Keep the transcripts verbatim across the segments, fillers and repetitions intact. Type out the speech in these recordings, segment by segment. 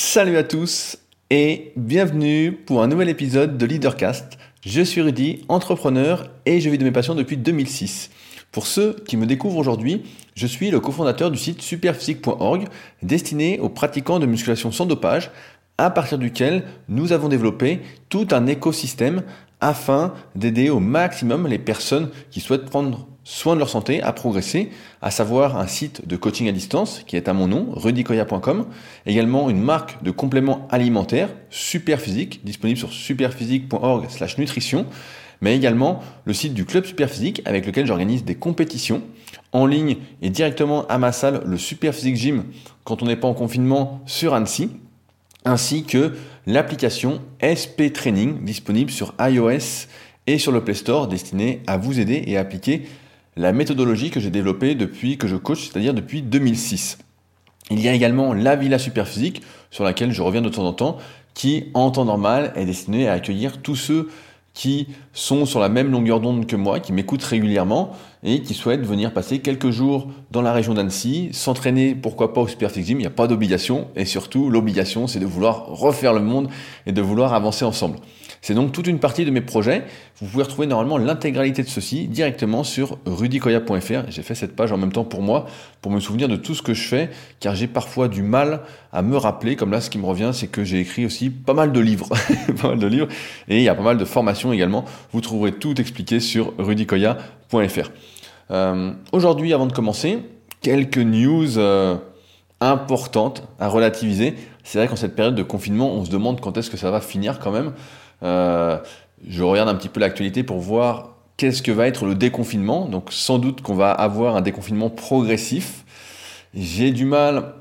Salut à tous et bienvenue pour un nouvel épisode de Leadercast. Je suis Rudy, entrepreneur et je vis de mes passions depuis deux mille six. Pour ceux qui me découvrent aujourd'hui, je suis le cofondateur du site superphysique point org destiné aux pratiquants de musculation sans dopage, à partir duquel nous avons développé tout un écosystème afin d'aider au maximum les personnes qui souhaitent prendre soin de leur santé à progresser, à savoir un site de coaching à distance qui est à mon nom, rudy koya point com, également une marque de compléments alimentaires, Superphysique, disponible sur superphysique point org slash nutrition, mais également le site du Club Superphysique avec lequel j'organise des compétitions en ligne et directement à ma salle, le Superphysique Gym, quand on n'est pas en confinement sur Annecy, ainsi que l'application S P Training disponible sur iOS et sur le Play Store destinée à vous aider et à appliquer la méthodologie que j'ai développée depuis que je coach, c'est-à-dire depuis deux mille six. Il y a également la Villa Superphysique sur laquelle je reviens de temps en temps, qui en temps normal est destinée à accueillir tous ceux qui sont sur la même longueur d'onde que moi, qui m'écoutent régulièrement et qui souhaitent venir passer quelques jours dans la région d'Annecy, s'entraîner, pourquoi pas au Superphysique Gym, il n'y a pas d'obligation, et surtout l'obligation c'est de vouloir refaire le monde et de vouloir avancer ensemble. C'est donc toute une partie de mes projets. Vous pouvez retrouver normalement l'intégralité de ceci directement sur rudy koya point f r. J'ai fait cette page en même temps pour moi, pour me souvenir de tout ce que je fais, car j'ai parfois du mal à me rappeler. Comme là, ce qui me revient, c'est que j'ai écrit aussi pas mal de livres, pas mal de livres, et il y a pas mal de formations également. Vous trouverez tout expliqué sur rudy koya point f r. Euh, aujourd'hui, avant de commencer, quelques news euh, importantes à relativiser. C'est vrai qu'en cette période de confinement, on se demande quand est-ce que ça va finir quand même. Euh, je regarde un petit peu l'actualité pour voir qu'est-ce que va être le déconfinement. Donc sans doute qu'on va avoir un déconfinement progressif. J'ai du mal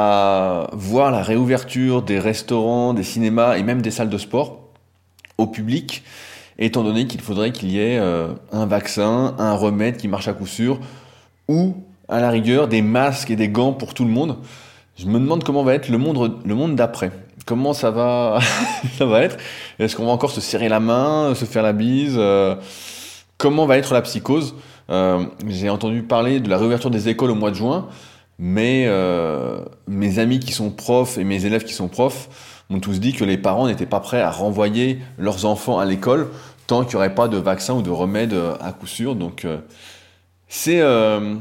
à voir la réouverture des restaurants, des cinémas et même des salles de sport au public, étant donné qu'il faudrait qu'il y ait euh, un vaccin, un remède qui marche à coup sûr, ou à la rigueur des masques et des gants pour tout le monde. Je me demande comment va être le monde, le monde d'après. Comment ça va, ça va être? Est-ce qu'on va encore se serrer la main, se faire la bise? euh, Comment va être la psychose? euh, J'ai entendu parler de la réouverture des écoles au mois de juin, mais euh, mes amis qui sont profs et mes élèves qui sont profs m'ont tous dit que les parents n'étaient pas prêts à renvoyer leurs enfants à l'école tant qu'il n'y aurait pas de vaccin ou de remède à coup sûr. Donc euh, c'est euh,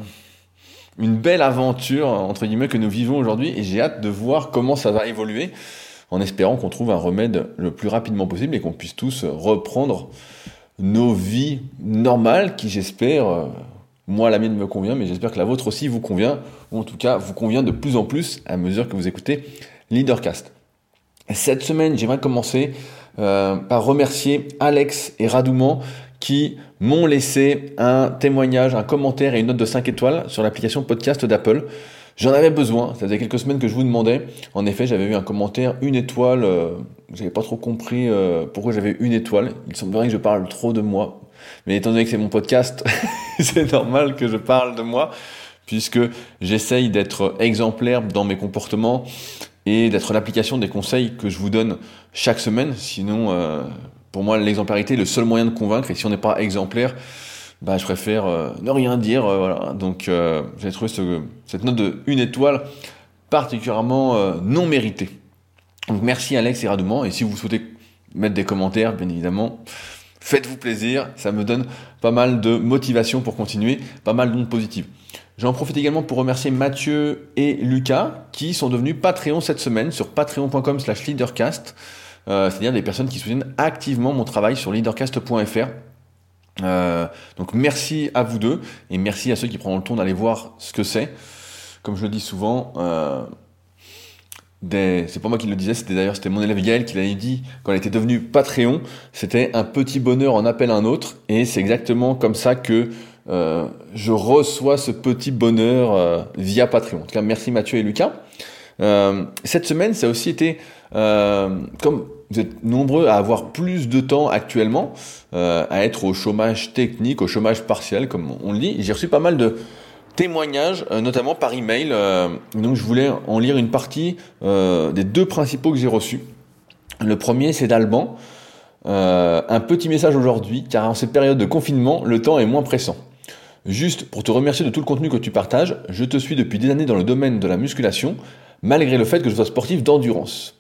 une belle aventure entre guillemets que nous vivons aujourd'hui et j'ai hâte de voir comment ça va évoluer, en espérant qu'on trouve un remède le plus rapidement possible et qu'on puisse tous reprendre nos vies normales qui, j'espère, euh, moi la mienne me convient, mais j'espère que la vôtre aussi vous convient, ou en tout cas vous convient de plus en plus à mesure que vous écoutez Leadercast. Cette semaine, j'aimerais commencer euh, par remercier Alex et Radouman qui m'ont laissé un témoignage, un commentaire et une note de cinq étoiles sur l'application podcast d'Apple. J'en avais besoin, ça faisait quelques semaines que je vous demandais. En effet, j'avais eu un commentaire, une étoile, euh, j'avais pas trop compris euh, pourquoi j'avais une étoile. Il semblerait que je parle trop de moi. Mais étant donné que c'est mon podcast, c'est normal que je parle de moi, puisque j'essaye d'être exemplaire dans mes comportements et d'être l'application des conseils que je vous donne chaque semaine. Sinon, euh, pour moi, l'exemplarité est le seul moyen de convaincre, et si on n'est pas exemplaire, bah, je préfère euh, ne rien dire. Euh, voilà. Donc, euh, j'ai trouvé ce, cette note de une étoile particulièrement euh, non méritée. Donc, merci Alex et Radouman. Et si vous souhaitez mettre des commentaires, bien évidemment, faites-vous plaisir. Ça me donne pas mal de motivation pour continuer, pas mal d'ondes positives. J'en profite également pour remercier Mathieu et Lucas qui sont devenus Patreon cette semaine sur patreon point com slash leadercast. Euh, c'est-à-dire des personnes qui soutiennent activement mon travail sur leadercast point f r. Euh, donc merci à vous deux et merci à ceux qui prennent le temps d'aller voir ce que c'est. Comme je le dis souvent, euh, des... c'est pas moi qui le disais, c'était d'ailleurs c'était mon élève Gaël qui l'avait dit quand elle était devenue Patreon. C'était un petit bonheur en appelle un autre et c'est exactement comme ça que euh, je reçois ce petit bonheur euh, via Patreon. En tout cas, merci Mathieu et Lucas. Euh, cette semaine, ça a aussi été euh, comme vous êtes nombreux à avoir plus de temps actuellement, euh, à être au chômage technique, au chômage partiel, comme on le dit. J'ai reçu pas mal de témoignages, euh, notamment par email. Euh, donc je voulais en lire une partie euh, des deux principaux que j'ai reçus. Le premier, c'est d'Alban. Euh, un petit message aujourd'hui, car en cette période de confinement, le temps est moins pressant. Juste pour te remercier de tout le contenu que tu partages, je te suis depuis des années dans le domaine de la musculation, malgré le fait que je sois sportif d'endurance.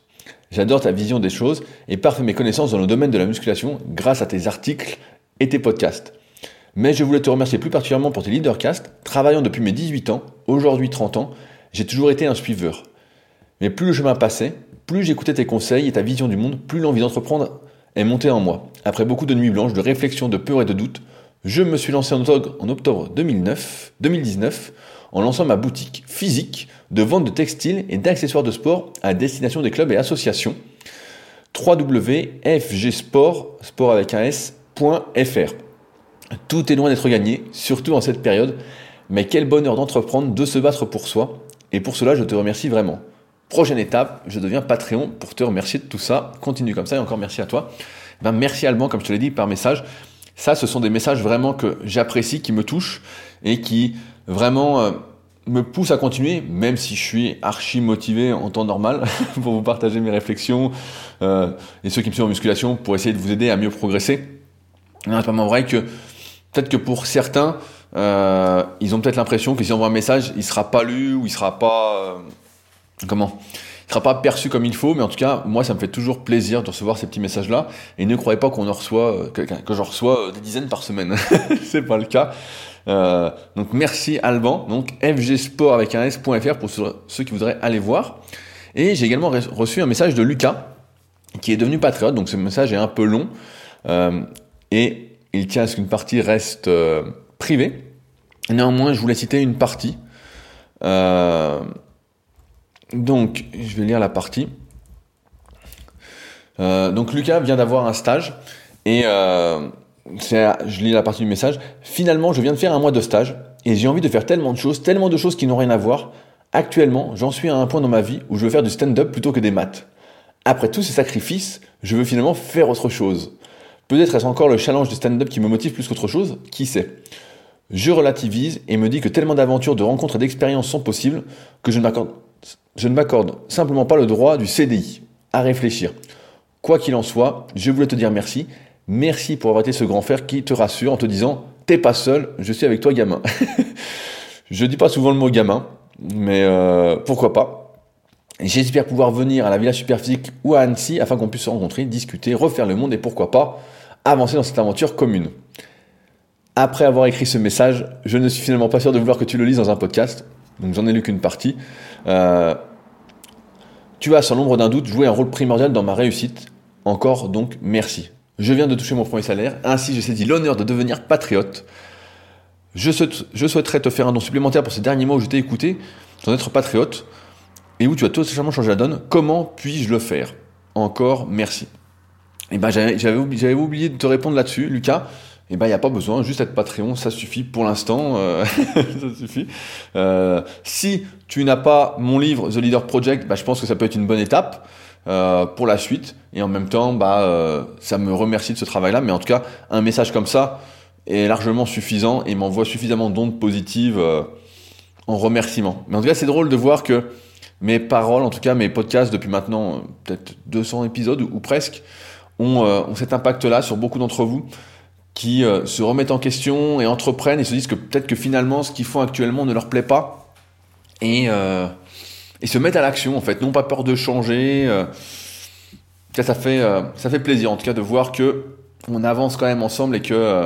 J'adore ta vision des choses et parfait mes connaissances dans le domaine de la musculation grâce à tes articles et tes podcasts. Mais je voulais te remercier plus particulièrement pour tes leadercasts. Travaillant depuis mes dix-huit ans, aujourd'hui trente ans, j'ai toujours été un suiveur. Mais plus le chemin passait, plus j'écoutais tes conseils et ta vision du monde, plus l'envie d'entreprendre est montée en moi. Après beaucoup de nuits blanches, de réflexions, de peur et de doutes, je me suis lancé en octobre, en octobre deux mille neuf, deux mille dix-neuf en lançant ma boutique physique de vente de textiles et d'accessoires de sport à destination des clubs et associations w w w point f g sport, sport avec un s, point f r. Tout est loin d'être gagné, surtout en cette période, mais quel bonheur d'entreprendre, de se battre pour soi, et pour cela je te remercie vraiment. Prochaine étape, je deviens Patreon pour te remercier de tout ça. Continue comme ça et encore merci à toi. Ben, merci Alban, comme je te l'ai dit par message. Ça, ce sont des messages vraiment que j'apprécie, qui me touchent et qui vraiment euh, me poussent à continuer, même si je suis archi motivé en temps normal pour vous partager mes réflexions euh, et ceux qui me suivent en musculation pour essayer de vous aider à mieux progresser. C'est vraiment vrai que peut-être que pour certains, euh, ils ont peut-être l'impression que si on envoie un message, il sera pas lu ou il sera pas... Euh, Comment Il sera pas perçu comme il faut, mais en tout cas, moi, ça me fait toujours plaisir de recevoir ces petits messages-là. Et ne croyez pas qu'on en reçoit, que, que j'en reçois des dizaines par semaine. C'est pas le cas. Euh, donc, merci Alban. Donc, f g sport avec un s.fr pour ceux qui voudraient aller voir. Et j'ai également reçu un message de Lucas, qui est devenu patriote. Donc, ce message est un peu long. Euh, et il tient à ce qu'une partie reste euh, privée. Néanmoins, je voulais citer une partie. Euh... Donc, je vais lire la partie. Euh, donc, Lucas vient d'avoir un stage et euh, c'est, je lis la partie du message. Finalement, je viens de faire un mois de stage et j'ai envie de faire tellement de choses, tellement de choses qui n'ont rien à voir. Actuellement, j'en suis à un point dans ma vie où je veux faire du stand-up plutôt que des maths. Après tous ces sacrifices, je veux finalement faire autre chose. Peut-être est-ce encore le challenge du stand-up qui me motive plus qu'autre chose, qui sait. Je relativise et me dis que tellement d'aventures, de rencontres et d'expériences sont possibles que je ne m'accorde Je ne m'accorde simplement pas le droit du C D I, à réfléchir. Quoi qu'il en soit, je voulais te dire merci. Merci pour avoir été ce grand frère qui te rassure en te disant « T'es pas seul, je suis avec toi gamin ». Je dis pas souvent le mot gamin, mais euh, pourquoi pas. J'espère pouvoir venir à la Villa Superphysique ou à Annecy afin qu'on puisse se rencontrer, discuter, refaire le monde et pourquoi pas avancer dans cette aventure commune. Après avoir écrit ce message, je ne suis finalement pas sûr de vouloir que tu le lises dans un podcast, donc j'en ai lu qu'une partie. Euh, tu as sans l'ombre d'un doute joué un rôle primordial dans ma réussite. Encore donc merci. Je viens de toucher mon premier salaire, ainsi j'ai saisi l'honneur de devenir patriote. Je, souhaite, je souhaiterais te faire un don supplémentaire pour ces derniers mois où je t'ai écouté, sans être patriote, et où tu as totalement changé la donne. Comment puis-je le faire ? Encore merci. Et ben j'avais, j'avais, j'avais oublié de te répondre là-dessus, Lucas. Eh ben, il n'y a pas besoin, juste être Patreon, ça suffit pour l'instant, euh, ça suffit. Euh, si tu n'as pas mon livre The Leader Project, bah, je pense que ça peut être une bonne étape euh, pour la suite. Et en même temps, bah, euh, ça me remercie de ce travail-là. Mais en tout cas, un message comme ça est largement suffisant et m'envoie suffisamment d'ondes positives euh, en remerciement. Mais en tout cas, c'est drôle de voir que mes paroles, en tout cas mes podcasts depuis maintenant euh, peut-être deux cents épisodes ou, ou presque, ont, euh, ont cet impact-là sur beaucoup d'entre vous, qui euh, se remettent en question et entreprennent et se disent que peut-être que finalement ce qu'ils font actuellement ne leur plaît pas et, euh, et se mettent à l'action en fait, n'ont pas peur de changer. Euh, ça, ça, fait, euh, ça fait plaisir en tout cas de voir que on avance quand même ensemble et que euh,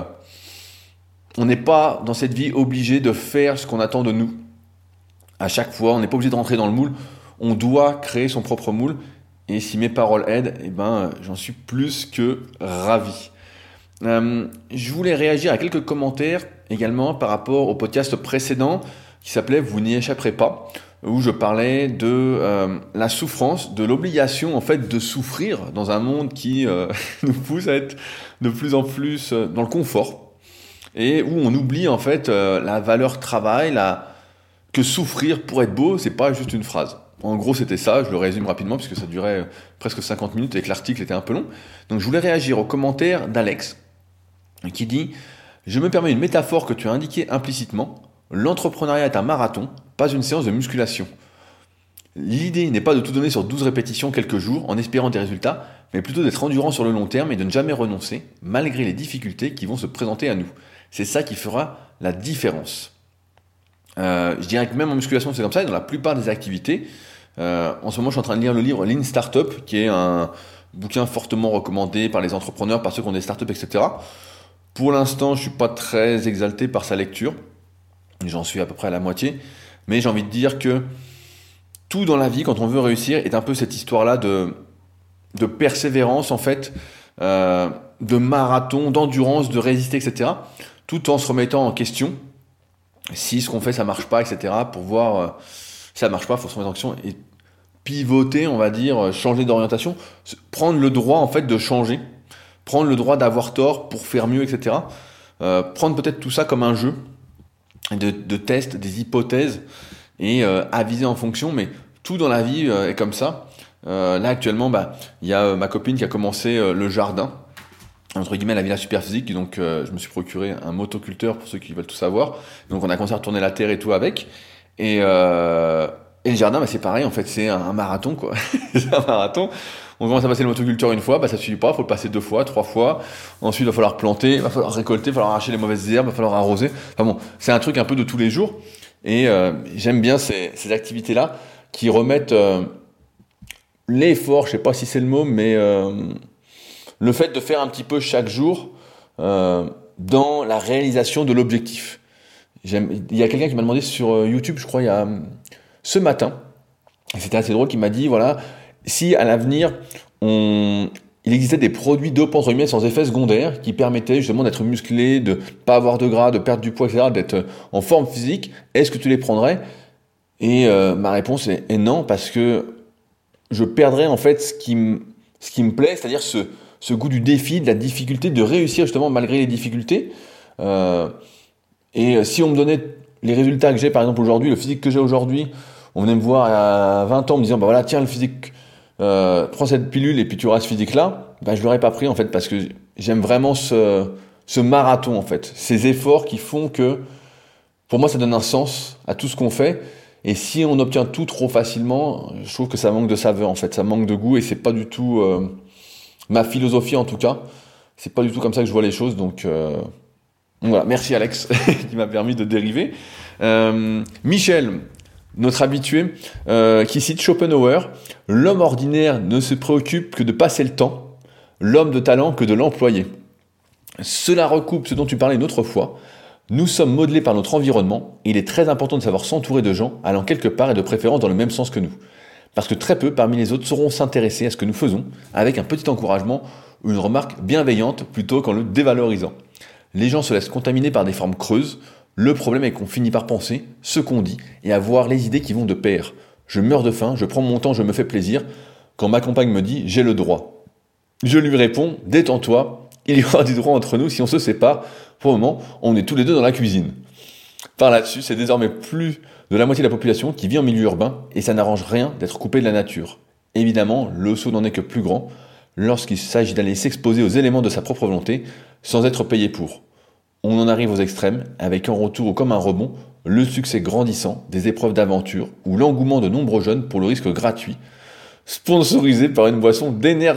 on n'est pas dans cette vie obligé de faire ce qu'on attend de nous. À chaque fois, on n'est pas obligé de rentrer dans le moule, on doit créer son propre moule et si mes paroles aident, eh ben, j'en suis plus que ravi. Euh, je voulais réagir à quelques commentaires également par rapport au podcast précédent qui s'appelait « Vous n'y échapperez pas » où je parlais de euh, la souffrance, de l'obligation en fait de souffrir dans un monde qui euh, nous pousse à être de plus en plus euh, dans le confort et où on oublie en fait euh, la valeur travail, la... que souffrir pour être beau, c'est pas juste une phrase. En gros, c'était ça, je le résume rapidement puisque ça durait presque cinquante minutes et que l'article était un peu long. Donc je voulais réagir aux commentaires d'Alex qui dit « Je me permets une métaphore que tu as indiquée implicitement. L'entrepreneuriat est un marathon, pas une séance de musculation. L'idée n'est pas de tout donner sur douze répétitions quelques jours en espérant des résultats, mais plutôt d'être endurant sur le long terme et de ne jamais renoncer, malgré les difficultés qui vont se présenter à nous. C'est ça qui fera la différence. Euh, » Je dirais que même en musculation, c'est comme ça, et dans la plupart des activités, Euh, en ce moment, je suis en train de lire le livre Lean Startup, qui est un bouquin fortement recommandé par les entrepreneurs, par ceux qui ont des startups, et cetera. Pour l'instant, je suis pas très exalté par sa lecture. J'en suis à peu près à la moitié. Mais j'ai envie de dire que tout dans la vie, quand on veut réussir, est un peu cette histoire-là de, de persévérance, en fait, euh, de marathon, d'endurance, de résister, et cetera. Tout en se remettant en question. Si ce qu'on fait, ça marche pas, et cetera. Pour voir euh, si ça marche pas, il faut se remettre en question et pivoter, on va dire, changer d'orientation. Prendre le droit, en fait, de changer. Prendre le droit d'avoir tort pour faire mieux, et cetera. Euh, prendre peut-être tout ça comme un jeu de, de tests, des hypothèses et euh, aviser en fonction. Mais tout dans la vie euh, est comme ça. Euh, là, actuellement, bah, il y a euh, ma copine qui a commencé euh, le jardin, entre guillemets, la Villa Superphysique. Donc, euh, je me suis procuré un motoculteur pour ceux qui veulent tout savoir. Donc, on a commencé à retourner la terre et tout avec. Et, euh, et le jardin, bah, c'est pareil. En fait, c'est un, un marathon, quoi. C'est un marathon. On commence à passer le motoculteur une fois, bah ça suffit pas, il faut le passer deux fois, trois fois. Ensuite, il va falloir planter, il va falloir récolter, il va falloir arracher les mauvaises herbes, il va falloir arroser. Enfin bon, c'est un truc un peu de tous les jours. Et euh, j'aime bien ces, ces activités-là qui remettent euh, l'effort, je sais pas si c'est le mot, mais euh, le fait de faire un petit peu chaque jour euh, dans la réalisation de l'objectif. J'aime, il y a quelqu'un qui m'a demandé sur YouTube, je crois, il y a ce matin, et c'était assez drôle, qui m'a dit, voilà, si à l'avenir, on... il existait des produits dopants entre guillemets sans effet secondaire qui permettaient justement d'être musclé, de pas avoir de gras, de perdre du poids, et cetera, d'être en forme physique, est-ce que tu les prendrais ? Et euh, ma réponse est, est non, parce que je perdrais en fait ce qui me, ce qui me plaît, c'est-à-dire ce, ce goût du défi, de la difficulté, de réussir justement malgré les difficultés. Euh, et si on me donnait les résultats que j'ai par exemple aujourd'hui, le physique que j'ai aujourd'hui, on venait me voir à vingt ans en me disant bah voilà, tiens, le physique, euh, prends cette pilule et puis tu auras ce physique là, bah je l'aurais pas pris en fait, parce que j'aime vraiment ce, ce marathon en fait, ces efforts qui font que pour moi ça donne un sens à tout ce qu'on fait. Et si on obtient tout trop facilement, je trouve que ça manque de saveur en fait, ça manque de goût, et c'est pas du tout euh, ma philosophie en tout cas. C'est pas du tout comme ça que je vois les choses, donc euh, voilà. Merci Alex qui m'a permis de dériver. Euh, Michel, notre habitué, euh, qui cite Schopenhauer: l'homme ordinaire ne se préoccupe que de passer le temps, l'homme de talent que de l'employer. Cela recoupe ce dont tu parlais une autre fois. Nous sommes modelés par notre environnement, et il est très important de savoir s'entourer de gens allant quelque part et de préférence dans le même sens que nous. Parce que très peu parmi les autres sauront s'intéresser à ce que nous faisons avec un petit encouragement ou une remarque bienveillante plutôt qu'en le dévalorisant. Les gens se laissent contaminer par des formes creuses. Le problème est qu'on finit par penser ce qu'on dit et avoir les idées qui vont de pair. Je meurs de faim, je prends mon temps, je me fais plaisir. Quand ma compagne me dit « j'ai le droit », je lui réponds « détends-toi, il y aura du droit entre nous si on se sépare. Pour le moment, on est tous les deux dans la cuisine ». Par là-dessus, c'est désormais plus de la moitié de la population qui vit en milieu urbain, et ça n'arrange rien d'être coupé de la nature. Évidemment, le saut n'en est que plus grand lorsqu'il s'agit d'aller s'exposer aux éléments de sa propre volonté sans être payé pour. On en arrive aux extrêmes, avec en retour ou comme un rebond, le succès grandissant des épreuves d'aventure ou l'engouement de nombreux jeunes pour le risque gratuit, sponsorisé par une boisson d'éner...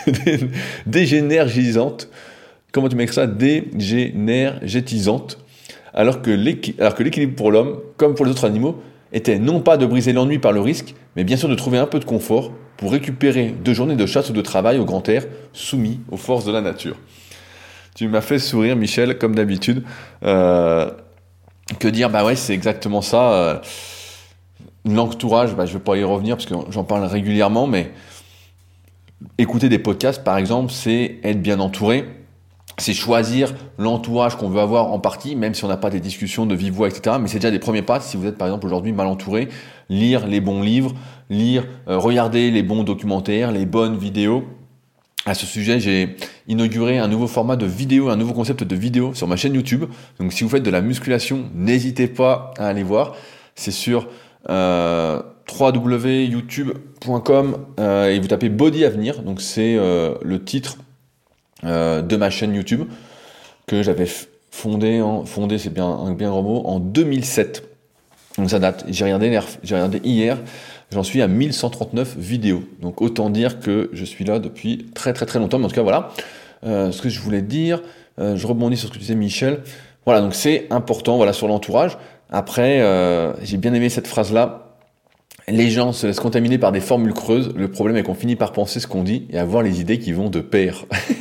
dégénergisante. Comment tu m'écris ça ? Dégénergisante. Alors que, l'équi... alors que l'équilibre pour l'homme, comme pour les autres animaux, était non pas de briser l'ennui par le risque, mais bien sûr de trouver un peu de confort pour récupérer deux journées de chasse ou de travail au grand air, soumis aux forces de la nature. Tu m'as fait sourire, Michel, comme d'habitude. Euh, que dire ? Bah ouais, c'est exactement ça. Euh, l'entourage, bah, je vais pas y revenir parce que j'en parle régulièrement, mais écouter des podcasts, par exemple, c'est être bien entouré. C'est choisir l'entourage qu'on veut avoir en partie, même si on n'a pas des discussions de vive voix, et cetera. Mais c'est déjà des premiers pas. Si vous êtes, par exemple, aujourd'hui mal entouré, lire les bons livres, lire, euh, regarder les bons documentaires, les bonnes vidéos. À ce sujet, j'ai inauguré un nouveau format de vidéo, un nouveau concept de vidéo sur ma chaîne YouTube. Donc si vous faites de la musculation, n'hésitez pas à aller voir. C'est sur euh, w w w point youtube point com euh, et vous tapez Body Avenir. Donc c'est euh, le titre euh, de ma chaîne YouTube que j'avais fondé, en, fondé c'est bien un bien gros mot, en deux mille sept. Donc ça date. J'ai regardé, j'ai regardé hier. J'en suis à mille cent trente-neuf vidéos. Donc autant dire que je suis là depuis très très très longtemps. Mais en tout cas, voilà euh, ce que je voulais dire. Euh, je rebondis sur ce que tu disais, Michel. Voilà, donc c'est important, voilà, sur l'entourage. Après, euh, j'ai bien aimé cette phrase-là. Les gens se laissent contaminer par des formules creuses. Le problème est qu'on finit par penser ce qu'on dit et avoir les idées qui vont de pair.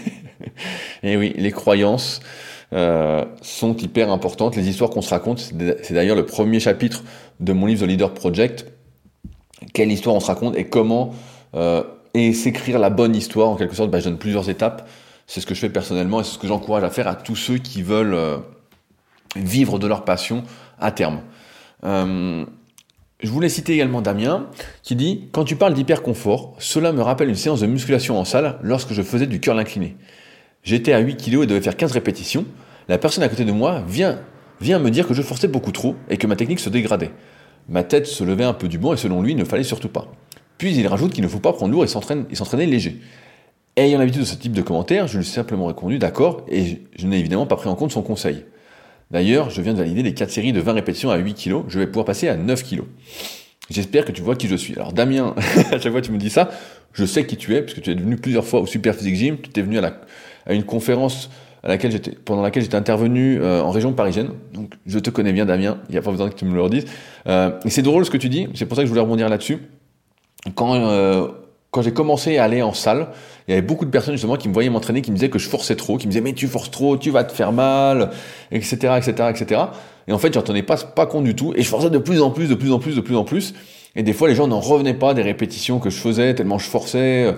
Et oui, les croyances euh, sont hyper importantes. Les histoires qu'on se raconte, c'est d'ailleurs le premier chapitre de mon livre The Leader Project. Quelle histoire on se raconte et comment euh, et s'écrire la bonne histoire. En quelque sorte, bah, je donne plusieurs étapes. C'est ce que je fais personnellement et c'est ce que j'encourage à faire à tous ceux qui veulent euh, vivre de leur passion à terme. Euh, Je voulais citer également Damien qui dit « Quand tu parles d'hyperconfort, cela me rappelle une séance de musculation en salle lorsque je faisais du curl incliné. J'étais à huit kilos et devais faire quinze répétitions. La personne à côté de moi vient, vient me dire que je forçais beaucoup trop et que ma technique se dégradait. Ma tête se levait un peu du banc et selon lui, il ne fallait surtout pas. Puis il rajoute qu'il ne faut pas prendre lourd et s'entraîner léger. Ayant l'habitude de ce type de commentaires, je lui ai simplement répondu « D'accord » et je n'ai évidemment pas pris en compte son conseil. D'ailleurs, je viens de valider les quatre séries de vingt répétitions à huit kilos, je vais pouvoir passer à neuf kilos. J'espère que tu vois qui je suis. Alors Damien, à chaque fois que tu me dis ça, je sais qui tu es, puisque tu es venu plusieurs fois au Super Physique Gym, tu es venu à, la, à une conférence à laquelle j'étais, pendant laquelle j'étais intervenu euh, en région parisienne, donc je te connais bien Damien, il n'y a pas besoin que tu me le redises. Euh, et c'est drôle ce que tu dis, c'est pour ça que je voulais rebondir là-dessus. Quand... Euh, Quand j'ai commencé à aller en salle, il y avait beaucoup de personnes justement qui me voyaient m'entraîner, qui me disaient que je forçais trop, qui me disaient mais tu forces trop, tu vas te faire mal, et cetera, et cetera, et cetera. Et en fait, j'en tenais pas pas compte du tout, et je forçais de plus en plus, de plus en plus, de plus en plus. Et des fois, les gens n'en revenaient pas des répétitions que je faisais tellement je forçais.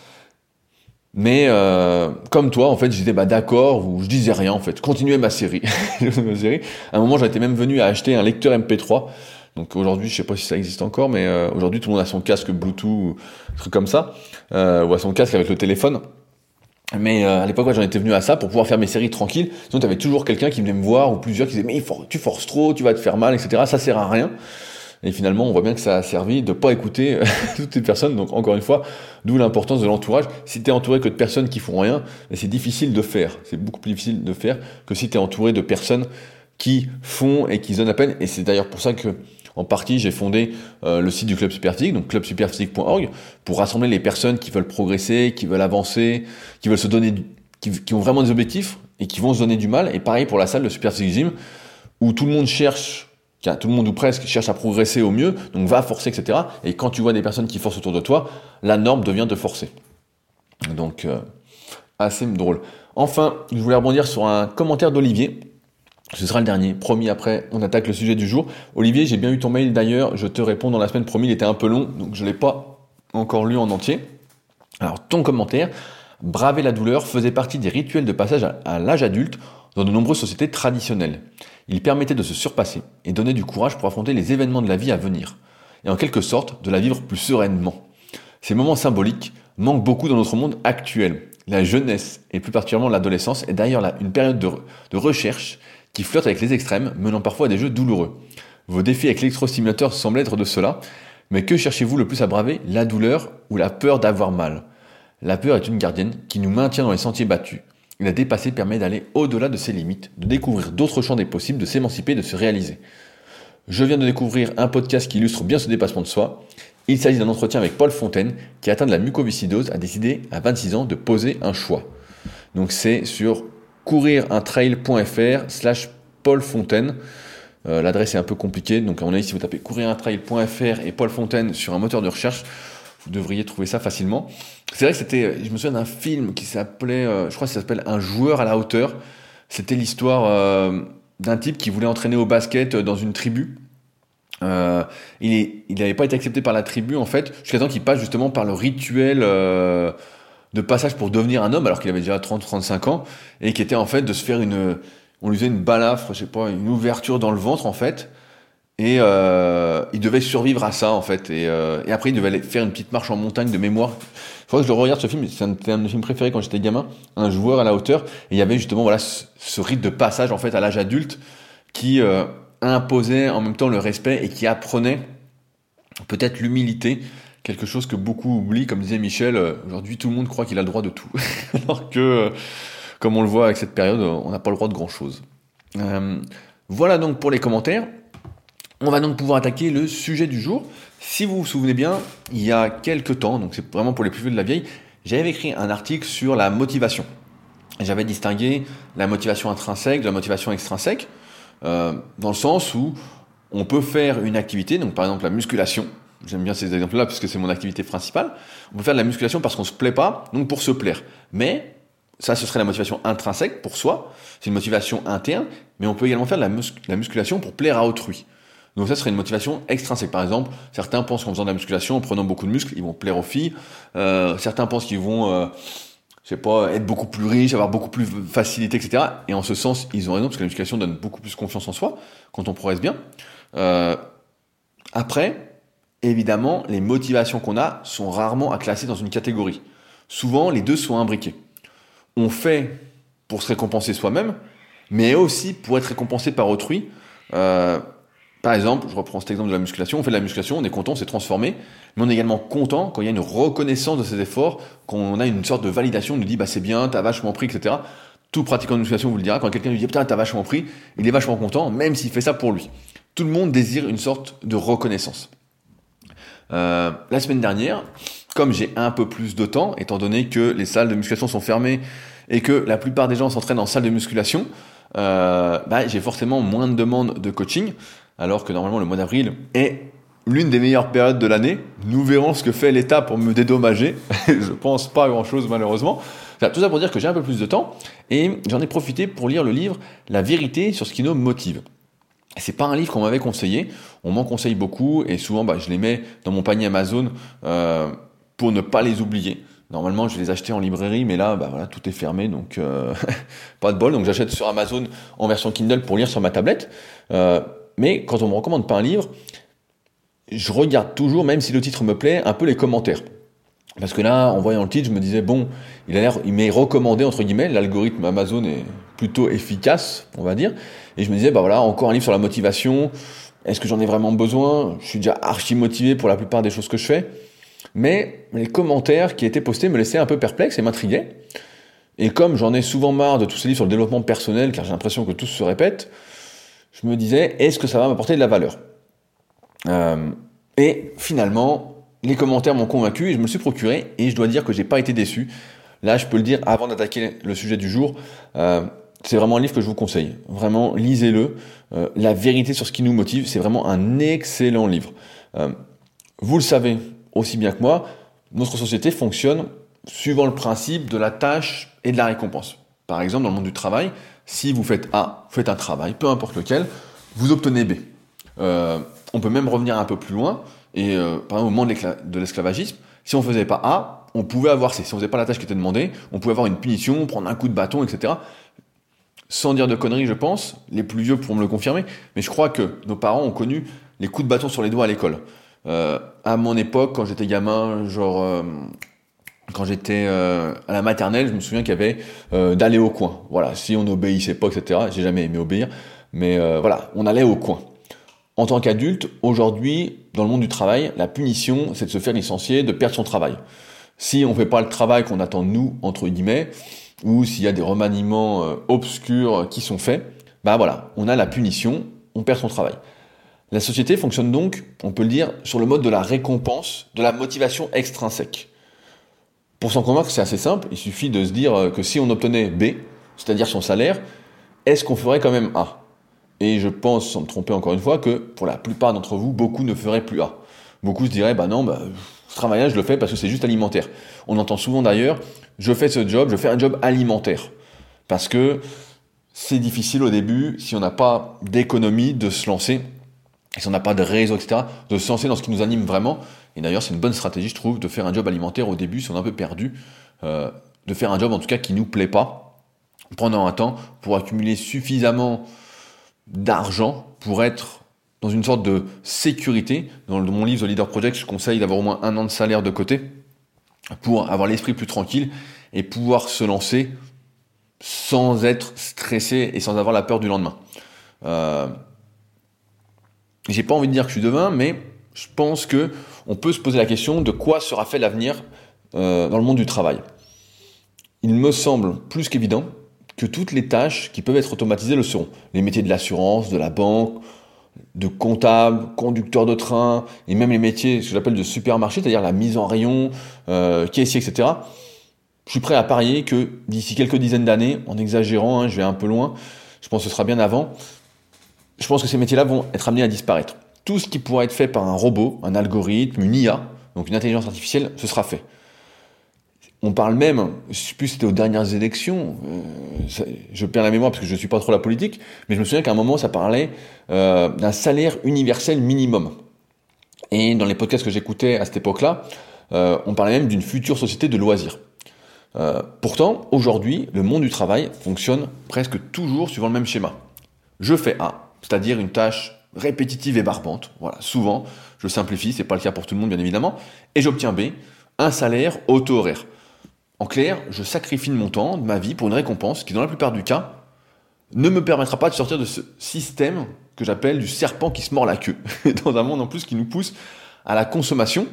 Mais euh, comme toi, en fait, je disais bah d'accord, ou je disais rien en fait, je continuais ma série. ma série. À un moment, j'étais même venu à acheter un lecteur M P trois. Donc aujourd'hui, je sais pas si ça existe encore, mais euh, aujourd'hui tout le monde a son casque Bluetooth, un truc comme ça, euh, ou a son casque avec le téléphone. Mais euh, à l'époque, ouais, j'en étais venu à ça pour pouvoir faire mes séries tranquilles. Sinon, t'avais toujours quelqu'un qui venait me voir ou plusieurs qui disaient mais for- tu forces trop, tu vas te faire mal, et cetera. Ça sert à rien. Et finalement, on voit bien que ça a servi de pas écouter toutes ces personnes. Donc encore une fois, d'où l'importance de l'entourage. Si t'es entouré que de personnes qui font rien, c'est difficile de faire. C'est beaucoup plus difficile de faire que si t'es entouré de personnes qui font et qui se donnent la peine. Et c'est d'ailleurs pour ça que en partie, j'ai fondé euh, le site du Club Superphysique, donc club superphysique point org, pour rassembler les personnes qui veulent progresser, qui veulent avancer, qui veulent se donner, du, qui, qui ont vraiment des objectifs et qui vont se donner du mal. Et pareil pour la salle de Superphysique Gym, où tout le monde cherche, tout le monde ou presque cherche à progresser au mieux, donc va forcer, et cetera. Et quand tu vois des personnes qui forcent autour de toi, la norme devient de forcer. Donc, euh, assez drôle. Enfin, je voulais rebondir sur un commentaire d'Olivier. Ce sera le dernier, promis, après on attaque le sujet du jour. Olivier, j'ai bien eu ton mail d'ailleurs, je te réponds dans la semaine, promis, il était un peu long, donc je ne l'ai pas encore lu en entier. Alors ton commentaire, braver la douleur faisait partie des rituels de passage à, à l'âge adulte dans de nombreuses sociétés traditionnelles. Il permettait de se surpasser et donnait du courage pour affronter les événements de la vie à venir, et en quelque sorte de la vivre plus sereinement. Ces moments symboliques manquent beaucoup dans notre monde actuel. La jeunesse, et plus particulièrement l'adolescence, est d'ailleurs là une période de, de recherche qui flirtent avec les extrêmes, menant parfois à des jeux douloureux. Vos défis avec l'électrostimulateur semblent être de cela, mais que cherchez-vous le plus à braver, la douleur ou la peur d'avoir mal? La peur est une gardienne qui nous maintient dans les sentiers battus. La dépasser permet d'aller au-delà de ses limites, de découvrir d'autres champs des possibles, de s'émanciper, de se réaliser. Je viens de découvrir un podcast qui illustre bien ce dépassement de soi. Il s'agit d'un entretien avec Paul Fontaine, qui atteint de la mucoviscidose, a décidé à vingt-six ans de poser un choix. Donc c'est sur couriruntrail.fr slash Paul Fontaine. Euh, l'adresse est un peu compliquée, donc à mon avis, si vous tapez couriruntrail.fr et Paul Fontaine sur un moteur de recherche, vous devriez trouver ça facilement. C'est vrai que c'était, je me souviens d'un film qui s'appelait, euh, je crois que ça s'appelle Un joueur à la hauteur. C'était l'histoire euh, d'un type qui voulait entraîner au basket dans une tribu. Euh, il n'avait pas été accepté par la tribu en fait, jusqu'à temps qu'il passe justement par le rituel euh, de passage pour devenir un homme, alors qu'il avait déjà trente à trente-cinq ans, et qui était en fait de se faire une, on lui faisait une balafre, je sais pas, une ouverture dans le ventre en fait, et euh, il devait survivre à ça en fait, et, euh, et après il devait aller faire une petite marche en montagne de mémoire. Il faudrait que je le regarde ce film, c'est un, c'est un de mes films préférés quand j'étais gamin, Un joueur à la hauteur, et il y avait justement voilà ce, ce rite de passage en fait à l'âge adulte qui euh, imposait en même temps le respect et qui apprenait peut-être l'humilité. Quelque chose que beaucoup oublient, comme disait Michel, euh, aujourd'hui tout le monde croit qu'il a le droit de tout. Alors que, euh, comme on le voit avec cette période, on n'a pas le droit de grand-chose. Euh, voilà donc pour les commentaires. On va donc pouvoir attaquer le sujet du jour. Si vous vous souvenez bien, il y a quelques temps, donc c'est vraiment pour les plus vieux de la vieille, j'avais écrit un article sur la motivation. J'avais distingué la motivation intrinsèque de la motivation extrinsèque, euh, dans le sens où on peut faire une activité, donc par exemple la musculation, j'aime bien ces exemples-là parce que c'est mon activité principale. On peut faire de la musculation parce qu'on se plaît pas, donc pour se plaire. Mais ça, ce serait la motivation intrinsèque pour soi, c'est une motivation interne, mais on peut également faire de la, mus- la musculation pour plaire à autrui. Donc ça serait une motivation extrinsèque. Par exemple, certains pensent qu'en faisant de la musculation, en prenant beaucoup de muscles, ils vont plaire aux filles. Euh, certains pensent qu'ils vont, euh, je sais pas, être beaucoup plus riches, avoir beaucoup plus de facilité, et cetera. Et en ce sens, ils ont raison, parce que la musculation donne beaucoup plus confiance en soi, quand on progresse bien. Euh, après, évidemment, les motivations qu'on a sont rarement à classer dans une catégorie. Souvent, les deux sont imbriqués. On fait pour se récompenser soi-même, mais aussi pour être récompensé par autrui. Euh, par exemple, je reprends cet exemple de la musculation, on fait de la musculation, on est content, on s'est transformé, mais on est également content quand il y a une reconnaissance de ses efforts, quand on a une sorte de validation, on nous dit bah c'est bien, t'as vachement pris, et cetera. Tout pratiquant de musculation vous le dira, quand quelqu'un lui dit putain t'as vachement pris, il est vachement content, même s'il fait ça pour lui. Tout le monde désire une sorte de reconnaissance. Euh, la semaine dernière, comme j'ai un peu plus de temps, étant donné que les salles de musculation sont fermées et que la plupart des gens s'entraînent en salle de musculation, euh, bah, j'ai forcément moins de demandes de coaching, alors que normalement le mois d'avril est l'une des meilleures périodes de l'année. Nous verrons ce que fait l'État pour me dédommager. Je pense pas à grand chose malheureusement. Enfin, tout ça pour dire que j'ai un peu plus de temps et j'en ai profité pour lire le livre La vérité sur ce qui nous motive. C'est pas un livre qu'on m'avait conseillé, on m'en conseille beaucoup et souvent bah, je les mets dans mon panier Amazon euh, pour ne pas les oublier. Normalement je les achetais en librairie mais là bah, voilà, tout est fermé donc euh, pas de bol, donc j'achète sur Amazon en version Kindle pour lire sur ma tablette. Euh, mais quand on me recommande pas un livre, je regarde toujours, même si le titre me plaît, un peu les commentaires. Parce que là, en voyant le titre, je me disais, bon, il a l'air, il m'est recommandé, entre guillemets, l'algorithme Amazon est plutôt efficace, on va dire. Et je me disais, bah voilà, encore un livre sur la motivation. Est-ce que j'en ai vraiment besoin? Je suis déjà archi motivé pour la plupart des choses que je fais. Mais les commentaires qui étaient postés me laissaient un peu perplexe et m'intriguaient. Et comme j'en ai souvent marre de tous ces livres sur le développement personnel, car j'ai l'impression que tout se répète, je me disais, est-ce que ça va m'apporter de la valeur? euh, Et finalement, les commentaires m'ont convaincu et je me le suis procuré et je dois dire que j'ai pas été déçu. Là, je peux le dire avant d'attaquer le sujet du jour. Euh, c'est vraiment un livre que je vous conseille. Vraiment, lisez-le. Euh, La vérité sur ce qui nous motive, c'est vraiment un excellent livre. Euh, vous le savez aussi bien que moi, notre société fonctionne suivant le principe de la tâche et de la récompense. Par exemple, dans le monde du travail, si vous faites A, vous faites un travail, peu importe lequel, vous obtenez B. Euh, on peut même revenir un peu plus loin, et euh, par exemple au moment de, de l'esclavagisme, si on faisait pas A, on pouvait avoir C. Si on faisait pas la tâche qui était demandée, on pouvait avoir une punition, prendre un coup de bâton, et cetera. Sans dire de conneries, je pense, les plus vieux pourront me le confirmer, mais je crois que nos parents ont connu les coups de bâton sur les doigts à l'école. Euh, à mon époque, quand j'étais gamin, genre... Euh, Quand j'étais euh, à la maternelle, je me souviens qu'il y avait euh, d'aller au coin. Voilà, si on n'obéissait pas, et cetera. J'ai jamais aimé obéir, mais euh, voilà, on allait au coin. En tant qu'adulte, aujourd'hui, dans le monde du travail, la punition, c'est de se faire licencier, de perdre son travail. Si on fait pas le travail qu'on attend de nous, entre guillemets, ou s'il y a des remaniements euh, obscurs qui sont faits, bah voilà, on a la punition, on perd son travail. La société fonctionne donc, on peut le dire, sur le mode de la récompense, de la motivation extrinsèque. Pour s'en convaincre, c'est assez simple, il suffit de se dire que si on obtenait B, c'est-à-dire son salaire, est-ce qu'on ferait quand même A? Et je pense, sans me tromper encore une fois, que pour la plupart d'entre vous, beaucoup ne feraient plus A. Beaucoup se diraient, bah non, bah, ce travail-là, je le fais parce que c'est juste alimentaire. On entend souvent d'ailleurs, je fais ce job, je fais un job alimentaire. Parce que c'est difficile au début, si on n'a pas d'économie, de se lancer, si on n'a pas de réseau, et cetera, de se lancer dans ce qui nous anime vraiment. Et d'ailleurs, c'est une bonne stratégie, je trouve, de faire un job alimentaire au début, si on est un peu perdu, euh, de faire un job en tout cas qui nous plaît pas, pendant un temps, pour accumuler suffisamment d'argent pour être dans une sorte de sécurité. Dans mon livre The Leader Project, je conseille d'avoir au moins un an de salaire de côté pour avoir l'esprit plus tranquille et pouvoir se lancer sans être stressé et sans avoir la peur du lendemain. Euh, j'ai pas envie de dire que je suis devin, mais je pense que on peut se poser la question de quoi sera fait l'avenir euh, dans le monde du travail. Il me semble plus qu'évident que toutes les tâches qui peuvent être automatisées le seront. Les métiers de l'assurance, de la banque, de comptable, conducteur de train, et même les métiers, ce que j'appelle de supermarché, c'est-à-dire la mise en rayon, euh, caissier, et cetera. Je suis prêt à parier que d'ici quelques dizaines d'années, en exagérant, hein, je vais un peu loin, je pense que ce sera bien avant, je pense que ces métiers-là vont être amenés à disparaître. tout ce qui pourra être fait par un robot, un algorithme, une I A, donc une intelligence artificielle, ce sera fait. On parle même, je ne sais plus si c'était aux dernières élections, euh, ça, je perds la mémoire parce que je ne suis pas trop la politique, mais je me souviens qu'à un moment ça parlait euh, d'un salaire universel minimum. Et dans les podcasts que j'écoutais à cette époque-là, euh, on parlait même d'une future société de loisirs. Euh, pourtant, aujourd'hui, le monde du travail fonctionne presque toujours suivant le même schéma. Je fais A, c'est-à-dire une tâche répétitive et barbante, voilà, souvent, je simplifie, c'est pas le cas pour tout le monde bien évidemment, et j'obtiens B, un salaire auto-horaire. En clair, je sacrifie de mon temps, de ma vie pour une récompense qui, dans la plupart du cas, ne me permettra pas de sortir de ce système que j'appelle du serpent qui se mord la queue, dans un monde en plus qui nous pousse à la consommation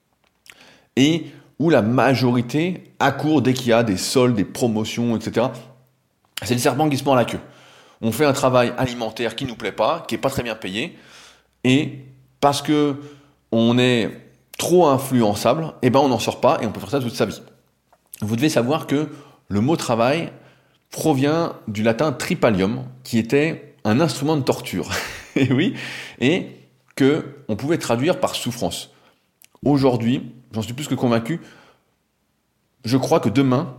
et où la majorité accourt dès qu'il y a des soldes, des promotions, et cetera. C'est le serpent qui se mord la queue. On fait un travail alimentaire qui ne nous plaît pas, qui n'est pas très bien payé, et parce que on est trop influençable, eh ben on n'en sort pas et on peut faire ça toute sa vie. Vous devez savoir que le mot travail provient du latin tripalium, qui était un instrument de torture. Et oui, et que on pouvait traduire par souffrance. Aujourd'hui, j'en suis plus que convaincu, je crois que demain,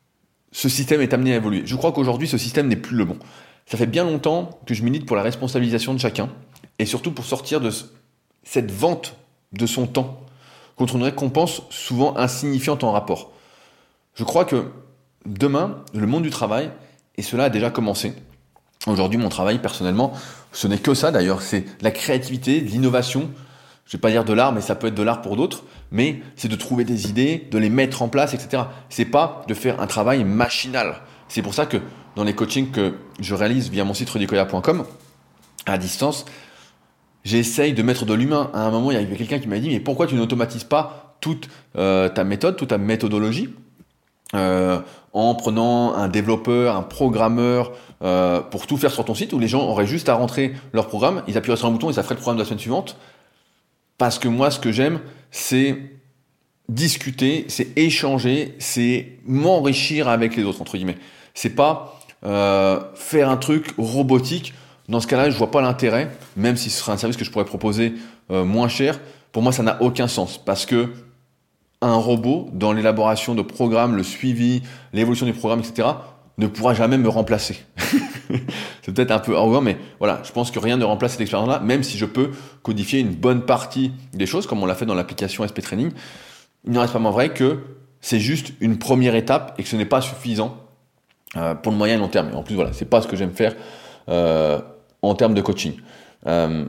ce système est amené à évoluer. Je crois qu'aujourd'hui, ce système n'est plus le bon. Ça fait bien longtemps que je milite pour la responsabilisation de chacun, et surtout pour sortir de cette vente de son temps, contre une récompense souvent insignifiante en rapport. Je crois que demain, le monde du travail, et cela a déjà commencé. Aujourd'hui, mon travail, personnellement, ce n'est que ça d'ailleurs, c'est la créativité, l'innovation. Je vais pas dire de l'art, mais ça peut être de l'art pour d'autres, mais c'est de trouver des idées, de les mettre en place, et cetera. C'est pas de faire un travail machinal. C'est pour ça que dans les coachings que je réalise via mon site rudy koya point com, à distance, j'essaye de mettre de l'humain. À un moment, il y avait quelqu'un qui m'a dit « Mais pourquoi tu n'automatises pas toute euh, ta méthode, toute ta méthodologie euh, en prenant un développeur, un programmeur euh, pour tout faire sur ton site où les gens auraient juste à rentrer leur programme, ils appuieraient sur un bouton et ça ferait le programme de la semaine suivante ?» Parce que moi, ce que j'aime, c'est discuter, c'est échanger, c'est m'enrichir avec les autres, entre guillemets. C'est pas euh, faire un truc robotique. Dans ce cas-là, je vois pas l'intérêt, même si ce serait un service que je pourrais proposer euh, moins cher. Pour moi, ça n'a aucun sens parce que un robot, dans l'élaboration de programmes, le suivi, l'évolution du programme, et cetera, ne pourra jamais me remplacer. C'est peut-être un peu arrogant, mais voilà, je pense que rien ne remplace cette expérience-là, même si je peux codifier une bonne partie des choses, comme on l'a fait dans l'application S P Training. Il n'en reste pas moins vrai que c'est juste une première étape et que ce n'est pas suffisant euh, pour le moyen et long terme. Et en plus, voilà, c'est pas ce que j'aime faire euh, en termes de coaching. Euh,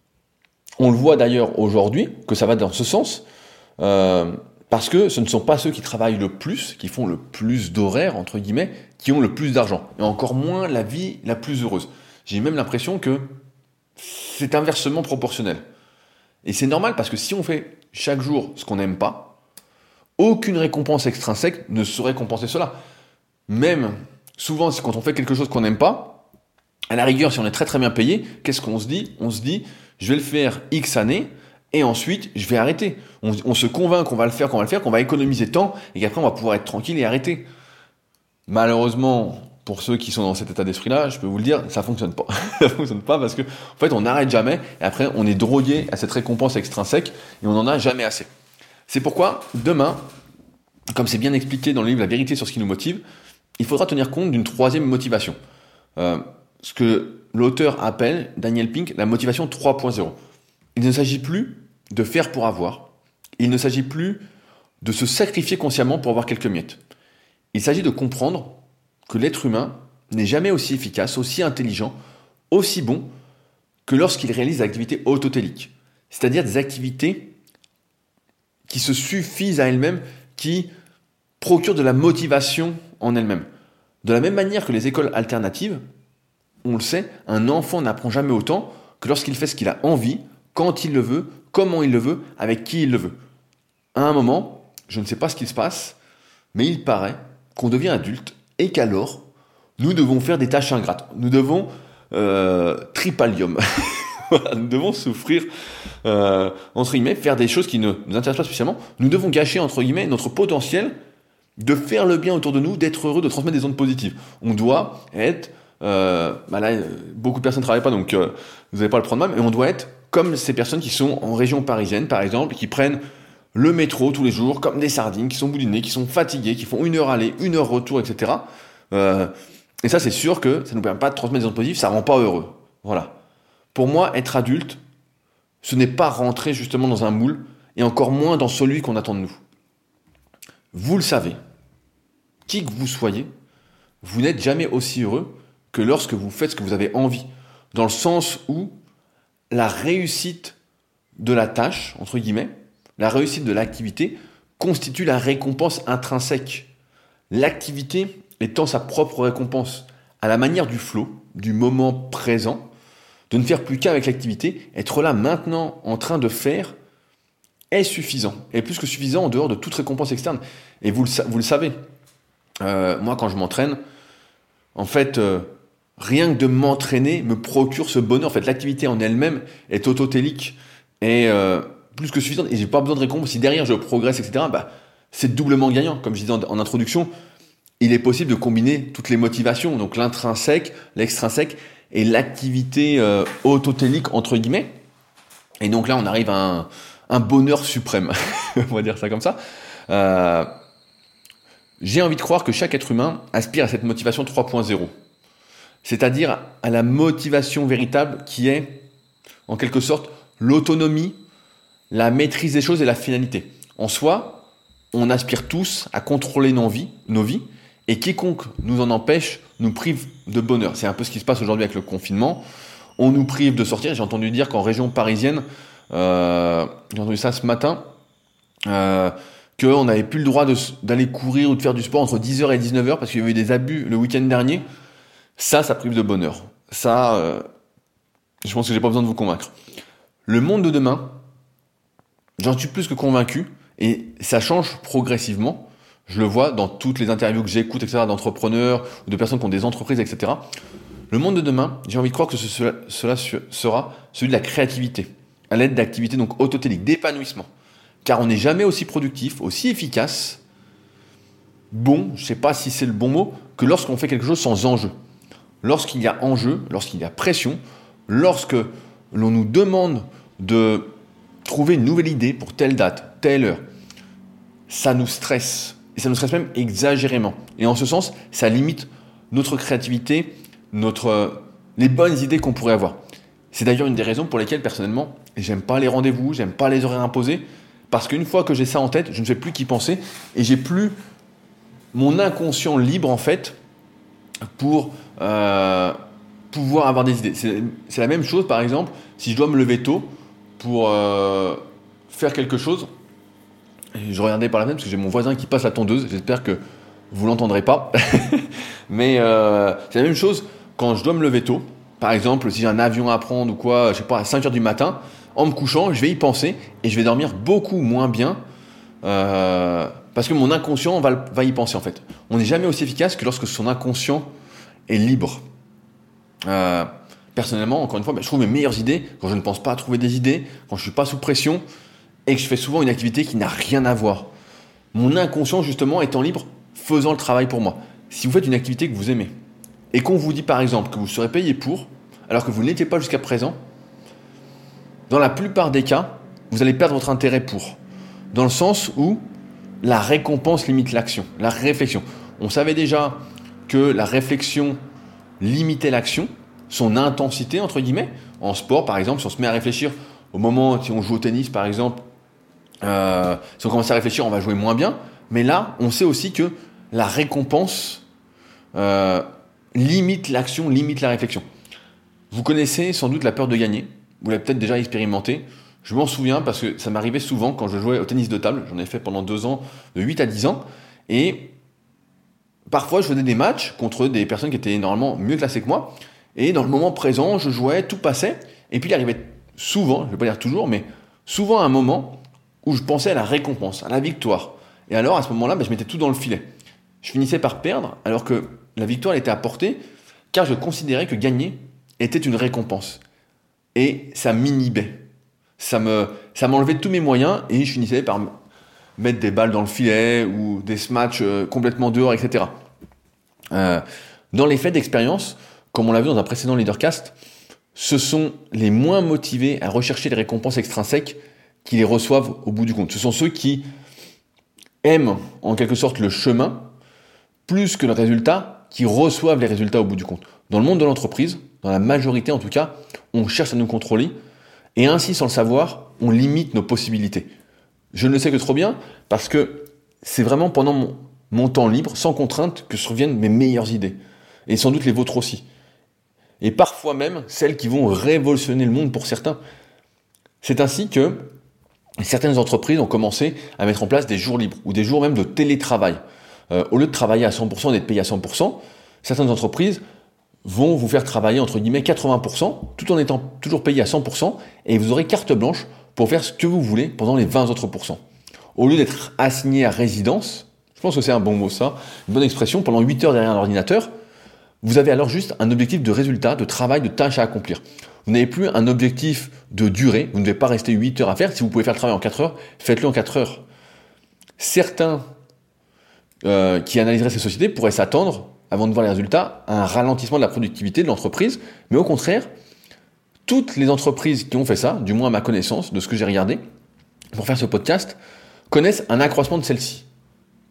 on le voit d'ailleurs aujourd'hui que ça va dans ce sens, euh, parce que ce ne sont pas ceux qui travaillent le plus, qui font le plus d'horaires, entre guillemets, qui ont le plus d'argent. Et encore moins la vie la plus heureuse. J'ai même l'impression que c'est inversement proportionnel. Et c'est normal parce que si on fait chaque jour ce qu'on n'aime pas, aucune récompense extrinsèque ne saurait compenser cela. Même, souvent, c'est quand on fait quelque chose qu'on n'aime pas, à la rigueur, si on est très très bien payé, qu'est-ce qu'on se dit ? On se dit, je vais le faire X années, et ensuite, je vais arrêter. On, on se convainc qu'on va le faire, qu'on va le faire, qu'on va économiser temps, et qu'après, on va pouvoir être tranquille et arrêter. Malheureusement, pour ceux qui sont dans cet état d'esprit-là, je peux vous le dire, ça fonctionne pas. Ça fonctionne pas parce que, en fait, on n'arrête jamais, et après, on est drogué à cette récompense extrinsèque, et on n'en a jamais assez. C'est pourquoi, demain, comme c'est bien expliqué dans le livre La vérité sur ce qui nous motive, il faudra tenir compte d'une troisième motivation. Euh, ce que l'auteur appelle, Daniel Pink, la motivation trois point zéro. Il ne s'agit plus de faire pour avoir. Il ne s'agit plus de se sacrifier consciemment pour avoir quelques miettes. Il s'agit de comprendre que l'être humain n'est jamais aussi efficace, aussi intelligent, aussi bon que lorsqu'il réalise des activités autotéliques. C'est-à-dire des activités qui se suffisent à elles-mêmes, qui procurent de la motivation en elles-mêmes. De la même manière que les écoles alternatives, on le sait, un enfant n'apprend jamais autant que lorsqu'il fait ce qu'il a envie, quand il le veut, comment il le veut, avec qui il le veut. À un moment, je ne sais pas ce qui se passe, mais il paraît qu'on devient adulte et qu'alors, nous devons faire des tâches ingrates. Nous devons euh, tripalium. Nous devons souffrir, euh, entre guillemets, faire des choses qui ne nous intéressent pas spécialement. Nous devons gâcher, entre guillemets, notre potentiel de faire le bien autour de nous, d'être heureux, de transmettre des ondes positives. On doit être... Euh, bah là, beaucoup de personnes ne travaillent pas, donc euh, vous n'allez pas le prendre mal, mais on doit être comme ces personnes qui sont en région parisienne, par exemple, qui prennent le métro tous les jours, comme des sardines, qui sont au bout du nez, qui sont fatigués, qui font une heure aller, une heure retour, et cetera. Euh, et ça, c'est sûr que ça ne nous permet pas de transmettre des ondes positives, ça ne rend pas heureux. Voilà. Pour moi, être adulte, ce n'est pas rentrer justement dans un moule, et encore moins dans celui qu'on attend de nous. Vous le savez, qui que vous soyez, vous n'êtes jamais aussi heureux que lorsque vous faites ce que vous avez envie. Dans le sens où la réussite de la tâche, entre guillemets, la réussite de l'activité constitue la récompense intrinsèque. L'activité étant sa propre récompense, à la manière du flow, du moment présent, de ne faire plus qu'avec l'activité, être là maintenant en train de faire est suffisant, est plus que suffisant en dehors de toute récompense externe. Et vous le, vous le savez, euh, moi quand je m'entraîne, en fait, euh, rien que de m'entraîner me procure ce bonheur. En fait, l'activité en elle-même est autotélique et euh, plus que suffisante. Et j'ai pas besoin de récompense. Si derrière je progresse, et cetera, bah, c'est doublement gagnant. Comme je disais en, en introduction, il est possible de combiner toutes les motivations, donc l'intrinsèque, l'extrinsèque et l'activité euh, autotélique entre guillemets. Et donc là, on arrive à un, un bonheur suprême. On va dire ça comme ça. Euh, j'ai envie de croire que chaque être humain aspire à cette motivation trois point zéro. C'est-à-dire à la motivation véritable qui est, en quelque sorte, l'autonomie, la maîtrise des choses et la finalité. En soi, on aspire tous à contrôler nos vies, nos vies, et quiconque nous en empêche nous prive de bonheur. C'est un peu ce qui se passe aujourd'hui avec le confinement. On nous prive de sortir. J'ai entendu dire qu'en région parisienne, euh, j'ai entendu ça ce matin, euh, qu'on n'avait plus le droit de, d'aller courir ou de faire du sport entre dix heures et dix-neuf heures parce qu'il y avait eu des abus le week-end dernier. Ça, ça prive de bonheur. Ça, euh, je pense que j'ai pas besoin de vous convaincre. Le monde de demain, j'en suis plus que convaincu, et ça change progressivement. Je le vois dans toutes les interviews que j'écoute, et cetera, d'entrepreneurs, ou de personnes qui ont des entreprises, et cetera. Le monde de demain, j'ai envie de croire que ce, cela, cela sera celui de la créativité, à l'aide d'activités donc autotéliques, d'épanouissement. Car on n'est jamais aussi productif, aussi efficace, bon, je sais pas si c'est le bon mot, que lorsqu'on fait quelque chose sans enjeu. Lorsqu'il y a enjeu, lorsqu'il y a pression, lorsque l'on nous demande de trouver une nouvelle idée pour telle date, telle heure, ça nous stresse. Et ça nous stresse même exagérément. Et en ce sens, ça limite notre créativité, notre, les bonnes idées qu'on pourrait avoir. C'est d'ailleurs une des raisons pour lesquelles, personnellement, j'aime pas les rendez-vous, j'aime pas les horaires imposés, parce qu'une fois que j'ai ça en tête, je ne sais plus qu'y penser, et j'ai plus mon inconscient libre, en fait, pour euh, pouvoir avoir des idées. C'est, c'est la même chose, par exemple, si je dois me lever tôt pour euh, faire quelque chose. Et je regardais par la fenêtre parce que j'ai mon voisin qui passe la tondeuse. J'espère que vous l'entendrez pas. Mais euh, c'est la même chose quand je dois me lever tôt. Par exemple, si j'ai un avion à prendre ou quoi, je sais pas, à cinq heures du matin, en me couchant, je vais y penser et je vais dormir beaucoup moins bien. Euh, parce que mon inconscient va, va y penser en fait. On n'est jamais aussi efficace que lorsque son inconscient est libre. Euh, personnellement, encore une fois, bah, je trouve mes meilleures idées quand je ne pense pas à trouver des idées, quand je suis pas sous pression et que je fais souvent une activité qui n'a rien à voir. Mon inconscient justement étant libre, faisant le travail pour moi. Si vous faites une activité que vous aimez et qu'on vous dit par exemple que vous serez payé pour, alors que vous ne l'étiez pas jusqu'à présent, dans la plupart des cas, vous allez perdre votre intérêt pour. Dans le sens où la récompense limite l'action, la réflexion. On savait déjà que la réflexion limitait l'action, son intensité entre guillemets. En sport par exemple, si on se met à réfléchir au moment, si on joue au tennis par exemple, euh, si on commence à réfléchir, on va jouer moins bien. Mais là, on sait aussi que la récompense euh, limite l'action, limite la réflexion. Vous connaissez sans doute la peur de gagner. Vous l'avez peut-être déjà expérimenté. Je m'en souviens parce que ça m'arrivait souvent quand je jouais au tennis de table. J'en ai fait pendant deux ans, de huit à dix ans. Et parfois, je faisais des matchs contre des personnes qui étaient normalement mieux classées que moi. Et dans le moment présent, je jouais, tout passait. Et puis, il arrivait souvent, je ne vais pas dire toujours, mais souvent un moment où je pensais à la récompense, à la victoire. Et alors, à ce moment-là, bah, je mettais tout dans le filet. Je finissais par perdre alors que la victoire elle était à portée, car je considérais que gagner était une récompense. Et ça m'inhibait. Ça, me, ça m'enlevait tous mes moyens et je finissais par mettre des balles dans le filet ou des smatchs complètement dehors, et cetera. Euh, dans les faits d'expérience, comme on l'a vu dans un précédent Leadercast, ce sont les moins motivés à rechercher les récompenses extrinsèques qui les reçoivent au bout du compte. Ce sont ceux qui aiment en quelque sorte le chemin plus que le résultat, qui reçoivent les résultats au bout du compte. Dans le monde de l'entreprise, dans la majorité en tout cas, on cherche à nous contrôler et ainsi, sans le savoir, on limite nos possibilités. Je ne le sais que trop bien parce que c'est vraiment pendant mon, mon temps libre, sans contrainte, que surviennent mes meilleures idées. Et sans doute les vôtres aussi. Et parfois même celles qui vont révolutionner le monde pour certains. C'est ainsi que certaines entreprises ont commencé à mettre en place des jours libres ou des jours même de télétravail. Euh, au lieu de travailler à cent pour cent et d'être payé à cent pour cent, certaines entreprises vont vous faire travailler entre guillemets quatre-vingts pour cent tout en étant toujours payé à cent pour cent et vous aurez carte blanche pour faire ce que vous voulez pendant les vingt autres pourcents. Au lieu d'être assigné à résidence, je pense que c'est un bon mot ça, une bonne expression, pendant huit heures derrière un ordinateur, vous avez alors juste un objectif de résultat, de travail, de tâche à accomplir. Vous n'avez plus un objectif de durée, vous ne devez pas rester huit heures à faire. Si vous pouvez faire le travail en quatre heures, faites-le en quatre heures. Certains euh, qui analyseraient ces sociétés pourraient s'attendre, avant de voir les résultats, à un ralentissement de la productivité de l'entreprise. Mais au contraire, toutes les entreprises qui ont fait ça, du moins à ma connaissance, de ce que j'ai regardé, pour faire ce podcast, connaissent un accroissement de celle-ci. Pourquoi ?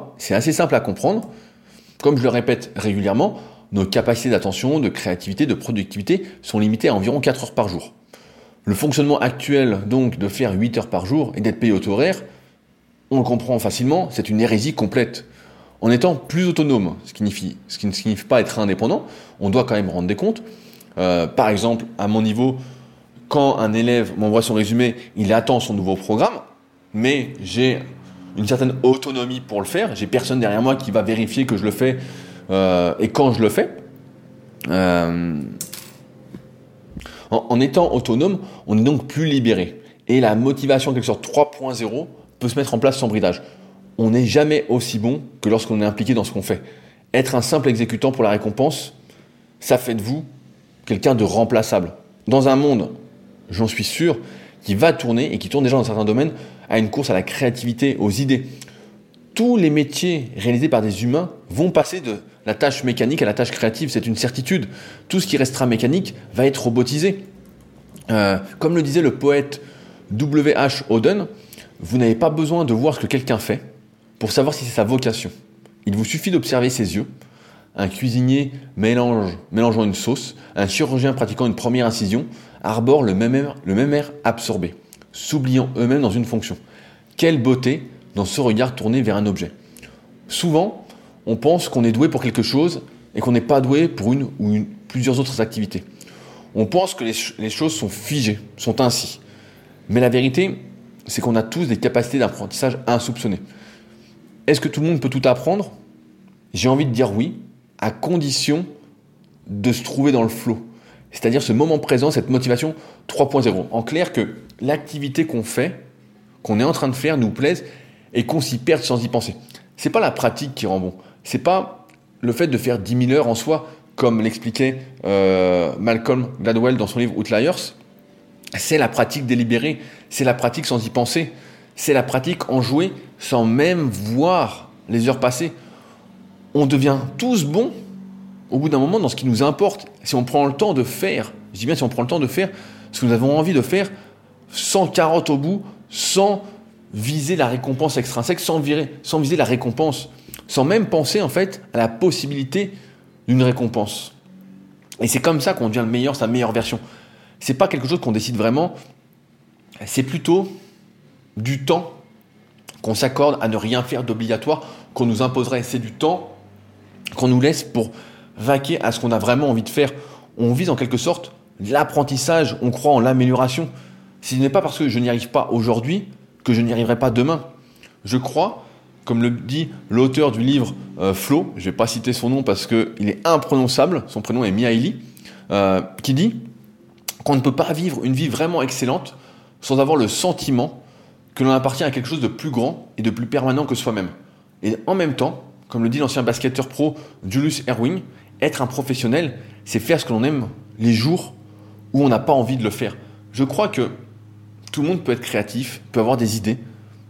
C'est assez simple à comprendre. Comme je le répète régulièrement, nos capacités d'attention, de créativité, de productivité sont limitées à environ quatre heures par jour. Le fonctionnement actuel, donc, de faire huit heures par jour et d'être payé au taux horaire, on le comprend facilement, c'est une hérésie complète. En étant plus autonome, ce qui, signifie, ce qui ne signifie pas être indépendant, on doit quand même rendre des comptes. Euh, par exemple, à mon niveau, quand un élève m'envoie son résumé, il attend son nouveau programme, mais j'ai une certaine autonomie pour le faire. J'ai personne derrière moi qui va vérifier que je le fais euh, et quand je le fais. Euh, en, en étant autonome, on est donc plus libéré. Et la motivation, en quelque sorte, trois point zéro peut se mettre en place sans bridage. On n'est jamais aussi bon que lorsqu'on est impliqué dans ce qu'on fait. Être un simple exécutant pour la récompense, ça fait de vous quelqu'un de remplaçable. Dans un monde, j'en suis sûr, qui va tourner et qui tourne déjà dans certains domaines à une course à la créativité, aux idées. Tous les métiers réalisés par des humains vont passer de la tâche mécanique à la tâche créative, c'est une certitude. Tout ce qui restera mécanique va être robotisé. Euh, comme le disait le poète W H Auden, vous n'avez pas besoin de voir ce que quelqu'un fait pour savoir si c'est sa vocation. Il vous suffit d'observer ses yeux. Un cuisinier mélange, mélangeant une sauce, un chirurgien pratiquant une première incision, arborent le même air, le même air absorbé, s'oubliant eux-mêmes dans une fonction. Quelle beauté dans ce regard tourné vers un objet. Souvent, on pense qu'on est doué pour quelque chose et qu'on n'est pas doué pour une ou une, plusieurs autres activités. On pense que les, les choses sont figées, sont ainsi. Mais la vérité, c'est qu'on a tous des capacités d'apprentissage insoupçonnées. Est-ce que tout le monde peut tout apprendre ? J'ai envie de dire oui, à condition de se trouver dans le flow. C'est-à-dire ce moment présent, cette motivation trois point zéro. En clair, que l'activité qu'on fait, qu'on est en train de faire, nous plaise et qu'on s'y perde sans y penser. C'est pas la pratique qui rend bon. C'est pas le fait de faire dix mille heures en soi, comme l'expliquait euh, Malcolm Gladwell dans son livre Outliers. C'est la pratique délibérée, c'est la pratique sans y penser, c'est la pratique enjouée sans même voir les heures passer. On devient tous bons au bout d'un moment dans ce qui nous importe. Si on prend le temps de faire, je dis bien si on prend le temps de faire ce que nous avons envie de faire, sans carotte au bout, sans viser la récompense extrinsèque, sans, virer, sans viser la récompense, sans même penser en fait à la possibilité d'une récompense. Et c'est comme ça qu'on devient le meilleur, sa meilleure version. C'est pas quelque chose qu'on décide vraiment, c'est plutôt du temps qu'on s'accorde à ne rien faire d'obligatoire, qu'on nous imposerait. C'est du temps qu'on nous laisse pour vaquer à ce qu'on a vraiment envie de faire. On vise en quelque sorte l'apprentissage, on croit en l'amélioration. Ce n'est pas parce que je n'y arrive pas aujourd'hui que je n'y arriverai pas demain. Je crois, comme le dit l'auteur du livre euh, Flow, je ne vais pas citer son nom parce qu'il est imprononçable, son prénom est Mihaly, euh, qui dit qu'on ne peut pas vivre une vie vraiment excellente sans avoir le sentiment que l'on appartient à quelque chose de plus grand et de plus permanent que soi-même. Et en même temps, comme le dit l'ancien basketteur pro Julius Erving, être un professionnel, c'est faire ce que l'on aime les jours où on n'a pas envie de le faire. Je crois que tout le monde peut être créatif, peut avoir des idées,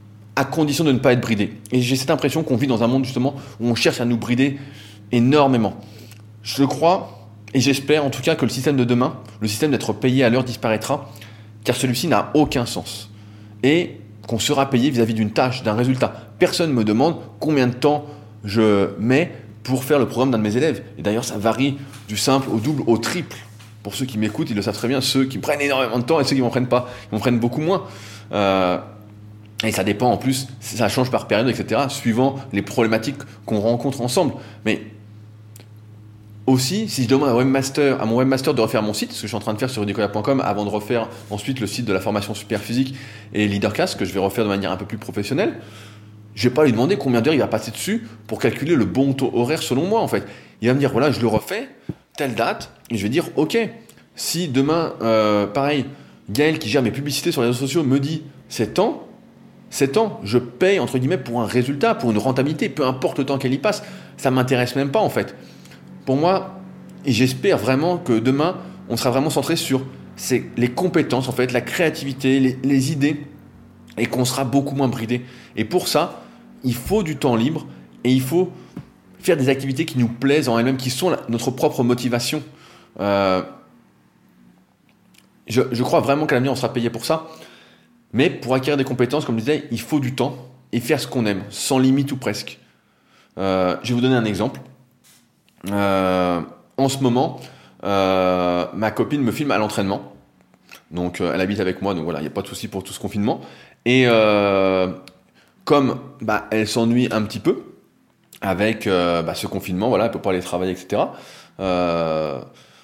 à condition de ne pas être bridé. Et j'ai cette impression qu'on vit dans un monde justement où on cherche à nous brider énormément. Je crois Et j'espère en tout cas que le système de demain, le système d'être payé à l'heure disparaîtra, car celui-ci n'a aucun sens. Et qu'on sera payé vis-à-vis d'une tâche, d'un résultat. Personne ne me demande combien de temps je mets pour faire le programme d'un de mes élèves. Et d'ailleurs, ça varie du simple au double au triple. Pour ceux qui m'écoutent, ils le savent très bien, ceux qui me prennent énormément de temps et ceux qui ne m'en prennent pas, ils m'en prennent beaucoup moins. Euh, et ça dépend en plus, ça change par période, et cetera, suivant les problématiques qu'on rencontre ensemble. Mais aussi, si je demande à, webmaster, à mon webmaster de refaire mon site, ce que je suis en train de faire sur rudy koya point com avant de refaire ensuite le site de la formation Superphysique et Leadercast, que je vais refaire de manière un peu plus professionnelle, je ne vais pas lui demander combien d'heures il va passer dessus pour calculer le bon taux horaire selon moi en fait. Il va me dire voilà, je le refais, telle date, et je vais dire ok, si demain, euh, pareil, Gaël qui gère mes publicités sur les réseaux sociaux me dit c'est temps, c'est temps, je paye entre guillemets pour un résultat, pour une rentabilité, peu importe le temps qu'elle y passe, ça ne m'intéresse même pas en fait. Pour moi, et j'espère vraiment que demain, on sera vraiment centré sur c'est les compétences, en fait, la créativité, les, les idées, et qu'on sera beaucoup moins bridé. Et pour ça, il faut du temps libre et il faut faire des activités qui nous plaisent en elles-mêmes, qui sont la, notre propre motivation. Euh, je, je crois vraiment qu'à l'avenir, on sera payé pour ça. Mais pour acquérir des compétences, comme je disais, il faut du temps et faire ce qu'on aime, sans limite ou presque. Euh, je vais vous donner un exemple. Euh, en ce moment, euh, ma copine me filme à l'entraînement. Donc, euh, elle habite avec moi, donc voilà, il n'y a pas de souci pour tout ce confinement. Et euh, comme bah, elle s'ennuie un petit peu avec euh, bah, ce confinement, voilà, elle ne peut pas aller travailler, et cetera. Euh,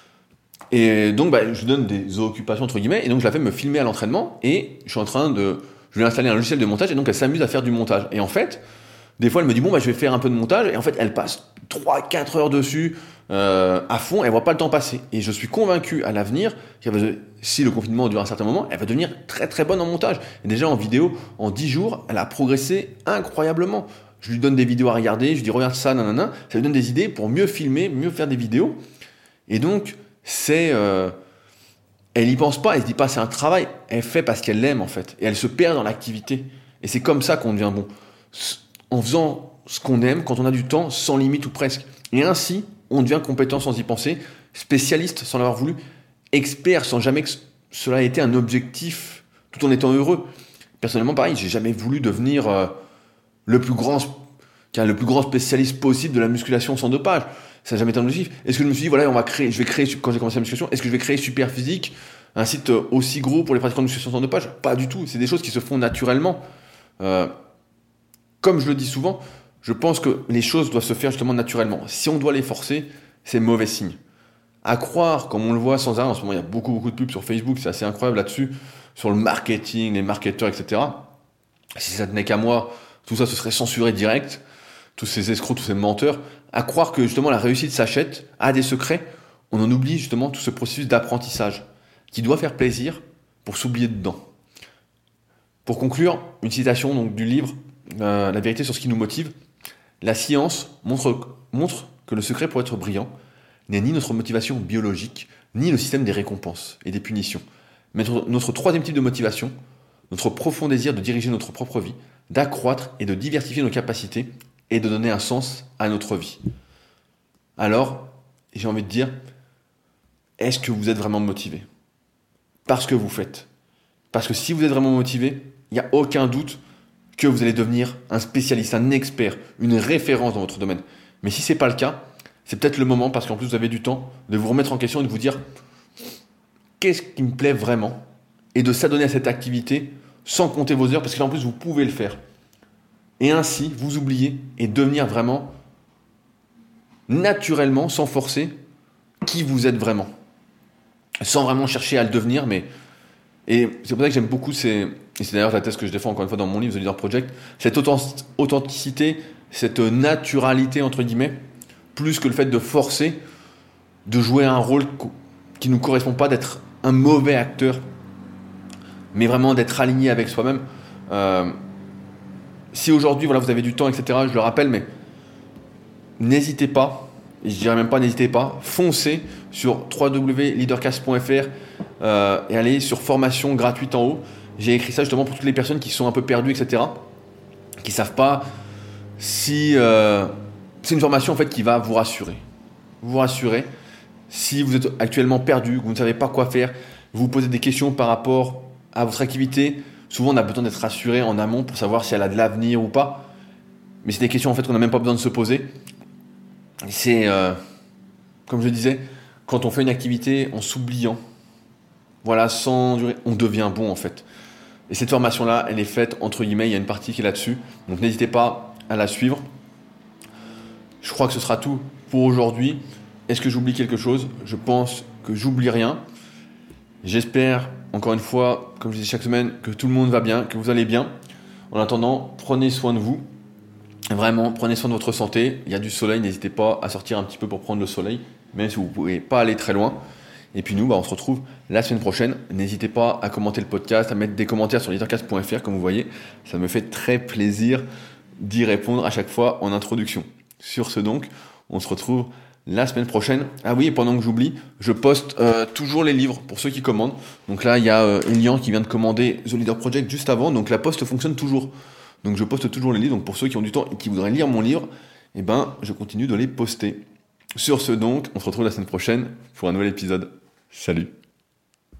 et donc, bah, je lui donne des occupations, entre guillemets, et donc je la fais me filmer à l'entraînement, et je suis en train de... Je lui ai installé un logiciel de montage, et donc elle s'amuse à faire du montage. Et en fait, des fois, elle me dit, bon, bah, je vais faire un peu de montage, et en fait, elle passe trois à quatre heures dessus, euh, à fond, elle ne voit pas le temps passer. Et je suis convaincu à l'avenir, que si le confinement dure un certain moment, elle va devenir très très bonne en montage. Et déjà, en vidéo, en dix jours, elle a progressé incroyablement. Je lui donne des vidéos à regarder, je lui dis, regarde ça, nanana, ça lui donne des idées pour mieux filmer, mieux faire des vidéos. Et donc, c'est... Euh, elle n'y pense pas, elle se dit pas c'est un travail, elle fait parce qu'elle l'aime en fait. Et elle se perd dans l'activité. Et c'est comme ça qu'on devient bon. En faisant ce qu'on aime, quand on a du temps, sans limite ou presque. Et ainsi, on devient compétent sans y penser, spécialiste sans l'avoir voulu, expert sans jamais que cela ait été un objectif, tout en étant heureux. Personnellement, pareil, j'ai jamais voulu devenir euh, le plus grand, le plus grand spécialiste possible de la musculation sans dopage. Ça n'a jamais été un objectif. Est-ce que je me suis dit, voilà, on va créer, je vais créer, quand j'ai commencé la musculation, est-ce que je vais créer Superphysique, un site aussi gros pour les pratiquants de musculation sans dopage? Pas du tout. C'est des choses qui se font naturellement. Euh, comme je le dis souvent, je pense que les choses doivent se faire justement naturellement. Si on doit les forcer, c'est mauvais signe. À croire, comme on le voit sans arrêt, en ce moment, il y a beaucoup, beaucoup de pubs sur Facebook, c'est assez incroyable là-dessus, sur le marketing, les marketeurs, et cetera. Si ça tenait qu'à moi, tout ça, ce serait censuré direct. Tous ces escrocs, tous ces menteurs, à croire que justement la réussite s'achète, a des secrets, on en oublie justement tout ce processus d'apprentissage qui doit faire plaisir pour s'oublier dedans. Pour conclure, une citation donc, du livre euh, La vérité sur ce qui nous motive. La science montre, montre que le secret pour être brillant n'est ni notre motivation biologique, ni le système des récompenses et des punitions, mais notre, notre troisième type de motivation, notre profond désir de diriger notre propre vie, d'accroître et de diversifier nos capacités et de donner un sens à notre vie. Alors, j'ai envie de dire, est-ce que vous êtes vraiment motivé par ce que vous faites? Parce que si vous êtes vraiment motivé, il n'y a aucun doute que vous allez devenir un spécialiste, un expert, une référence dans votre domaine. Mais si ce n'est pas le cas, c'est peut-être le moment, parce qu'en plus vous avez du temps, de vous remettre en question et de vous dire qu'est-ce qui me plaît vraiment et de s'adonner à cette activité sans compter vos heures, parce qu'en plus vous pouvez le faire. Et ainsi, vous oubliez et devenir vraiment, naturellement, sans forcer, qui vous êtes vraiment. Sans vraiment chercher à le devenir, mais... Et c'est pour ça que j'aime beaucoup, ces... et c'est d'ailleurs la thèse que je défends encore une fois dans mon livre, The Leader Project, cette authenticité, cette naturalité, entre guillemets, plus que le fait de forcer, de jouer un rôle qui ne nous correspond pas, d'être un mauvais acteur, mais vraiment d'être aligné avec soi-même. Euh... Si aujourd'hui, voilà, vous avez du temps, et cetera, je le rappelle, mais n'hésitez pas, et je dirais même pas n'hésitez pas, foncez sur w w w point leadercast point f r euh, et allez sur formation gratuite en haut. J'ai écrit ça justement pour toutes les personnes qui sont un peu perdues, et cetera, qui ne savent pas si... Euh, c'est une formation en fait qui va vous rassurer. Vous rassurer. Si vous êtes actuellement perdu, vous ne savez pas quoi faire, vous vous posez des questions par rapport à votre activité, souvent on a besoin d'être rassuré en amont pour savoir si elle a de l'avenir ou pas. Mais c'est des questions en fait qu'on n'a même pas besoin de se poser. C'est, euh, comme je disais, quand on fait une activité en s'oubliant, voilà, sans durée, on devient bon en fait. Et cette formation-là, elle est faite entre guillemets, il y a une partie qui est là-dessus. Donc n'hésitez pas à la suivre. Je crois que ce sera tout pour aujourd'hui. Est-ce que j'oublie quelque chose ? Je pense que j'oublie rien. J'espère, encore une fois, comme je dis chaque semaine, que tout le monde va bien, que vous allez bien. En attendant, prenez soin de vous. Vraiment, prenez soin de votre santé. Il y a du soleil, n'hésitez pas à sortir un petit peu pour prendre le soleil, même si vous ne pouvez pas aller très loin. Et puis nous, bah, on se retrouve la semaine prochaine. N'hésitez pas à commenter le podcast, à mettre des commentaires sur leadercast point f r, comme vous voyez. Ça me fait très plaisir d'y répondre à chaque fois en introduction. Sur ce donc, on se retrouve la semaine prochaine. Ah oui, et pendant que j'oublie, je poste euh, toujours les livres pour ceux qui commandent. Donc là, il y a euh, Elian qui vient de commander The Leader Project juste avant. Donc la poste fonctionne toujours. Donc je poste toujours les livres. Donc pour ceux qui ont du temps et qui voudraient lire mon livre, eh ben, je continue de les poster. Sur ce donc, on se retrouve la semaine prochaine pour un nouvel épisode. Salut!